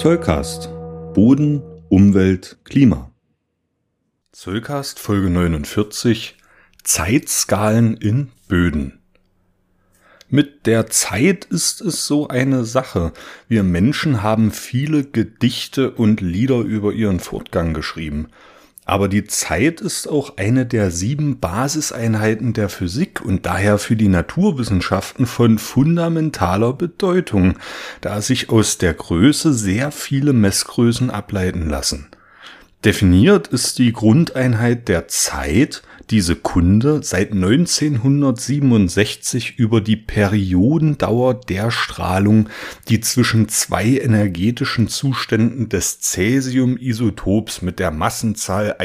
Zollcast. Boden, Umwelt, Klima. Zollcast Folge 49. Zeitskalen in Böden. Mit der Zeit ist es so eine Sache. Wir Menschen haben viele Gedichte und Lieder über ihren Fortgang geschrieben. Aber die Zeit ist auch eine der 7 Basiseinheiten der Physik und daher für die Naturwissenschaften von fundamentaler Bedeutung, da sich aus der Größe sehr viele Messgrößen ableiten lassen. Definiert ist die Grundeinheit der Zeit, die Sekunde, seit 1967 über die Periodendauer der Strahlung, die zwischen 2 energetischen Zuständen des Cäsium-Isotops mit der Massenzahl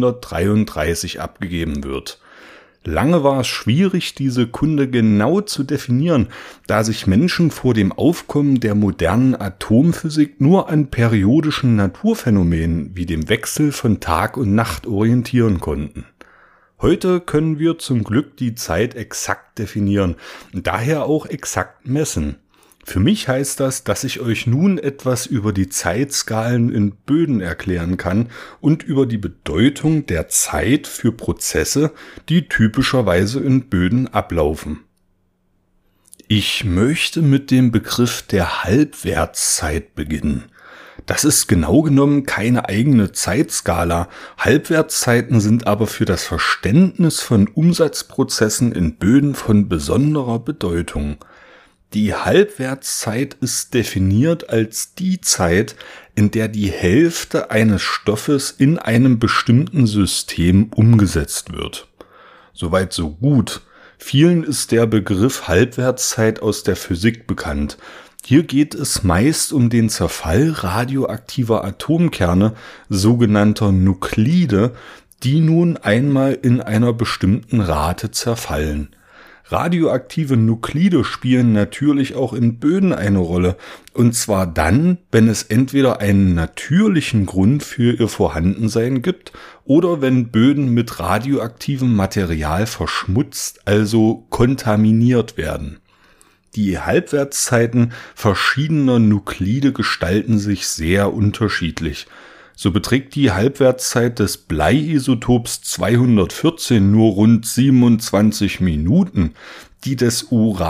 133 abgegeben wird. Lange war es schwierig, die Sekunde genau zu definieren, da sich Menschen vor dem Aufkommen der modernen Atomphysik nur an periodischen Naturphänomenen wie dem Wechsel von Tag und Nacht orientieren konnten. Heute können wir zum Glück die Zeit exakt definieren und daher auch exakt messen. Für mich heißt das, dass ich euch nun etwas über die Zeitskalen in Böden erklären kann und über die Bedeutung der Zeit für Prozesse, die typischerweise in Böden ablaufen. Ich möchte mit dem Begriff der Halbwertszeit beginnen. Das ist genau genommen keine eigene Zeitskala. Halbwertszeiten sind aber für das Verständnis von Umsatzprozessen in Böden von besonderer Bedeutung. Die Halbwertszeit ist definiert als die Zeit, in der die Hälfte eines Stoffes in einem bestimmten System umgesetzt wird. Soweit so gut. Vielen ist der Begriff Halbwertszeit aus der Physik bekannt. Hier geht es meist um den Zerfall radioaktiver Atomkerne, sogenannter Nuklide, die nun einmal in einer bestimmten Rate zerfallen. Radioaktive Nuklide spielen natürlich auch in Böden eine Rolle, und zwar dann, wenn es entweder einen natürlichen Grund für ihr Vorhandensein gibt oder wenn Böden mit radioaktivem Material verschmutzt, also kontaminiert werden. Die Halbwertszeiten verschiedener Nuklide gestalten sich sehr unterschiedlich. So beträgt die Halbwertszeit des Bleiisotops 214 nur rund 27 Minuten, die des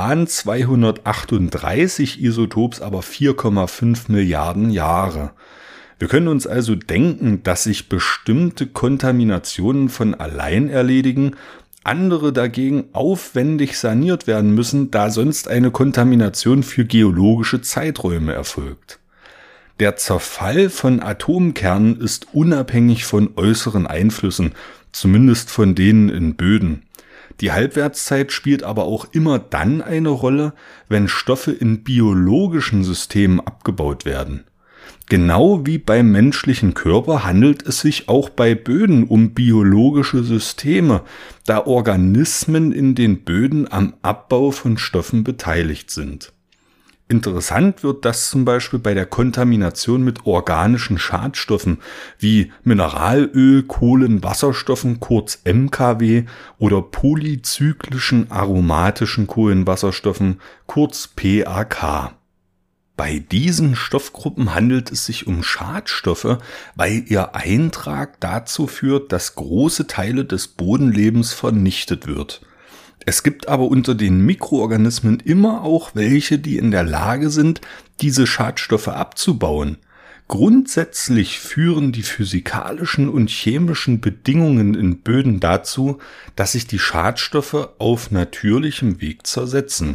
Uran-238-Isotops aber 4,5 Milliarden Jahre. Wir können uns also denken, dass sich bestimmte Kontaminationen von allein erledigen, andere dagegen aufwendig saniert werden müssen, da sonst eine Kontamination für geologische Zeiträume erfolgt. Der Zerfall von Atomkernen ist unabhängig von äußeren Einflüssen, zumindest von denen in Böden. Die Halbwertszeit spielt aber auch immer dann eine Rolle, wenn Stoffe in biologischen Systemen abgebaut werden. Genau wie beim menschlichen Körper handelt es sich auch bei Böden um biologische Systeme, da Organismen in den Böden am Abbau von Stoffen beteiligt sind. Interessant wird das zum Beispiel bei der Kontamination mit organischen Schadstoffen wie Mineralöl, Kohlenwasserstoffen, kurz MKW, oder polyzyklischen aromatischen Kohlenwasserstoffen, kurz PAK. Bei diesen Stoffgruppen handelt es sich um Schadstoffe, weil ihr Eintrag dazu führt, dass große Teile des Bodenlebens vernichtet wird. Es gibt aber unter den Mikroorganismen immer auch welche, die in der Lage sind, diese Schadstoffe abzubauen. Grundsätzlich führen die physikalischen und chemischen Bedingungen in Böden dazu, dass sich die Schadstoffe auf natürlichem Weg zersetzen.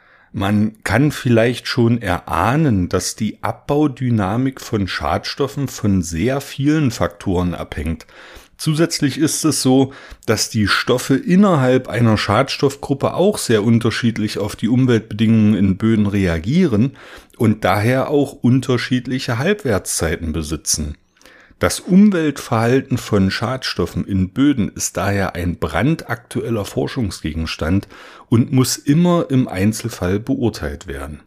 Man kann vielleicht schon erahnen, dass die Abbaudynamik von Schadstoffen von sehr vielen Faktoren abhängt. Zusätzlich ist es so, dass die Stoffe innerhalb einer Schadstoffgruppe auch sehr unterschiedlich auf die Umweltbedingungen in Böden reagieren und daher auch unterschiedliche Halbwertszeiten besitzen. Das Umweltverhalten von Schadstoffen in Böden ist daher ein brandaktueller Forschungsgegenstand und muss immer im Einzelfall beurteilt werden.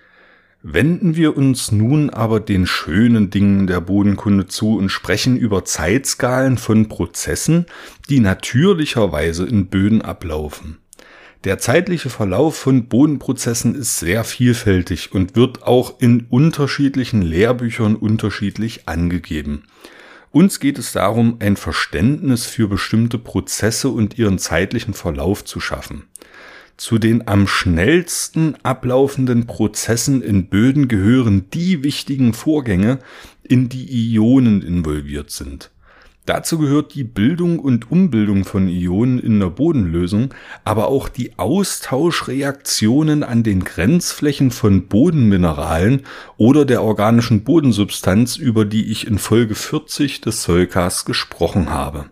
Wenden wir uns nun aber den schönen Dingen der Bodenkunde zu und sprechen über Zeitskalen von Prozessen, die natürlicherweise in Böden ablaufen. Der zeitliche Verlauf von Bodenprozessen ist sehr vielfältig und wird auch in unterschiedlichen Lehrbüchern unterschiedlich angegeben. Uns geht es darum, ein Verständnis für bestimmte Prozesse und ihren zeitlichen Verlauf zu schaffen. Zu den am schnellsten ablaufenden Prozessen in Böden gehören die wichtigen Vorgänge, in die Ionen involviert sind. Dazu gehört die Bildung und Umbildung von Ionen in der Bodenlösung, aber auch die Austauschreaktionen an den Grenzflächen von Bodenmineralen oder der organischen Bodensubstanz, über die ich in Folge 40 des Soilcasts gesprochen habe.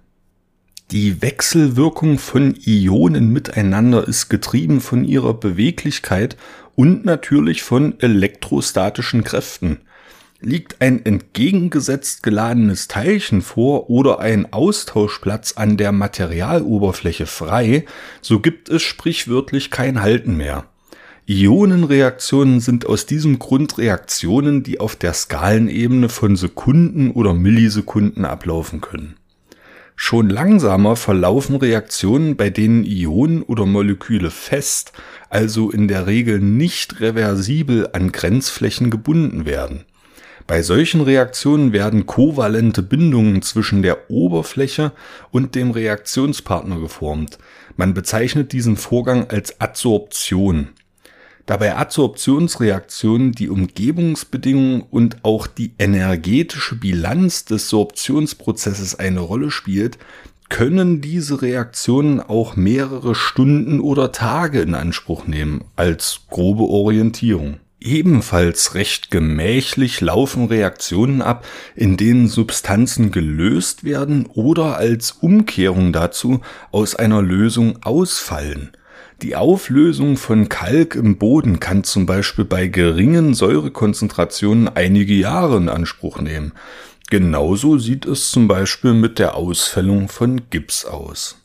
Die Wechselwirkung von Ionen miteinander ist getrieben von ihrer Beweglichkeit und natürlich von elektrostatischen Kräften. Liegt ein entgegengesetzt geladenes Teilchen vor oder ein Austauschplatz an der Materialoberfläche frei, so gibt es sprichwörtlich kein Halten mehr. Ionenreaktionen sind aus diesem Grund Reaktionen, die auf der Skalenebene von Sekunden oder Millisekunden ablaufen können. Schon langsamer verlaufen Reaktionen, bei denen Ionen oder Moleküle fest, also in der Regel nicht reversibel an Grenzflächen gebunden werden. Bei solchen Reaktionen werden kovalente Bindungen zwischen der Oberfläche und dem Reaktionspartner geformt. Man bezeichnet diesen Vorgang als Adsorption. Da bei Adsorptionsreaktionen die Umgebungsbedingungen und auch die energetische Bilanz des Sorptionsprozesses eine Rolle spielt, können diese Reaktionen auch mehrere Stunden oder Tage in Anspruch nehmen, als grobe Orientierung. Ebenfalls recht gemächlich laufen Reaktionen ab, in denen Substanzen gelöst werden oder als Umkehrung dazu aus einer Lösung ausfallen. Die Auflösung von Kalk im Boden kann zum Beispiel bei geringen Säurekonzentrationen einige Jahre in Anspruch nehmen. Genauso sieht es zum Beispiel mit der Ausfällung von Gips aus.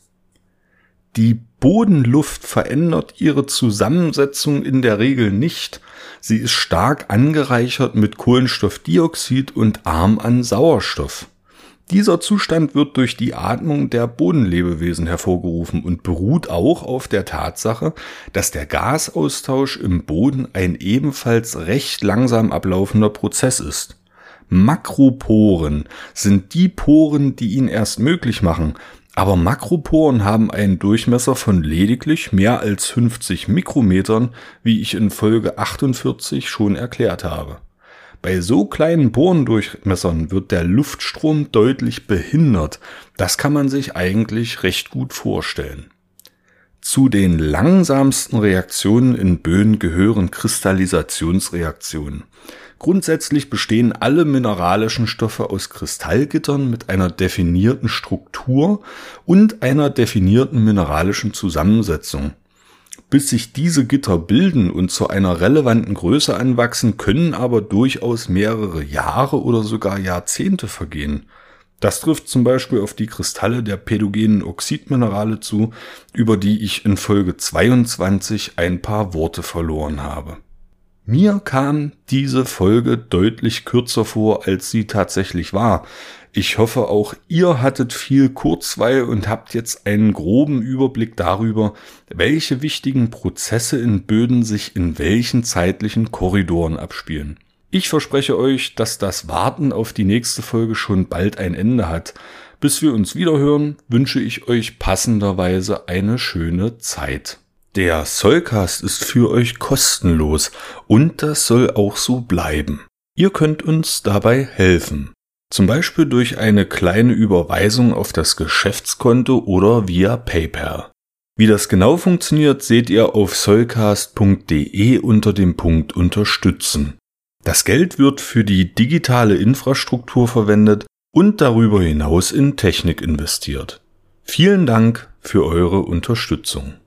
Die Bodenluft verändert ihre Zusammensetzung in der Regel nicht. Sie ist stark angereichert mit Kohlenstoffdioxid und arm an Sauerstoff. Dieser Zustand wird durch die Atmung der Bodenlebewesen hervorgerufen und beruht auch auf der Tatsache, dass der Gasaustausch im Boden ein ebenfalls recht langsam ablaufender Prozess ist. Makroporen sind die Poren, die ihn erst möglich machen, aber Makroporen haben einen Durchmesser von lediglich mehr als 50 Mikrometern, wie ich in Folge 48 schon erklärt habe. Bei so kleinen Porendurchmessern wird der Luftstrom deutlich behindert. Das kann man sich eigentlich recht gut vorstellen. Zu den langsamsten Reaktionen in Böden gehören Kristallisationsreaktionen. Grundsätzlich bestehen alle mineralischen Stoffe aus Kristallgittern mit einer definierten Struktur und einer definierten mineralischen Zusammensetzung. Bis sich diese Gitter bilden und zu einer relevanten Größe anwachsen, können aber durchaus mehrere Jahre oder sogar Jahrzehnte vergehen. Das trifft zum Beispiel auf die Kristalle der pädogenen Oxidminerale zu, über die ich in Folge 22 ein paar Worte verloren habe. Mir kam diese Folge deutlich kürzer vor, als sie tatsächlich war. Ich hoffe, auch ihr hattet viel Kurzweil und habt jetzt einen groben Überblick darüber, welche wichtigen Prozesse in Böden sich in welchen zeitlichen Korridoren abspielen. Ich verspreche euch, dass das Warten auf die nächste Folge schon bald ein Ende hat. Bis wir uns wiederhören, wünsche ich euch passenderweise eine schöne Zeit. Der Soilcast ist für euch kostenlos und das soll auch so bleiben. Ihr könnt uns dabei helfen. Zum Beispiel durch eine kleine Überweisung auf das Geschäftskonto oder via PayPal. Wie das genau funktioniert, seht ihr auf soilcast.de unter dem Punkt Unterstützen. Das Geld wird für die digitale Infrastruktur verwendet und darüber hinaus in Technik investiert. Vielen Dank für eure Unterstützung.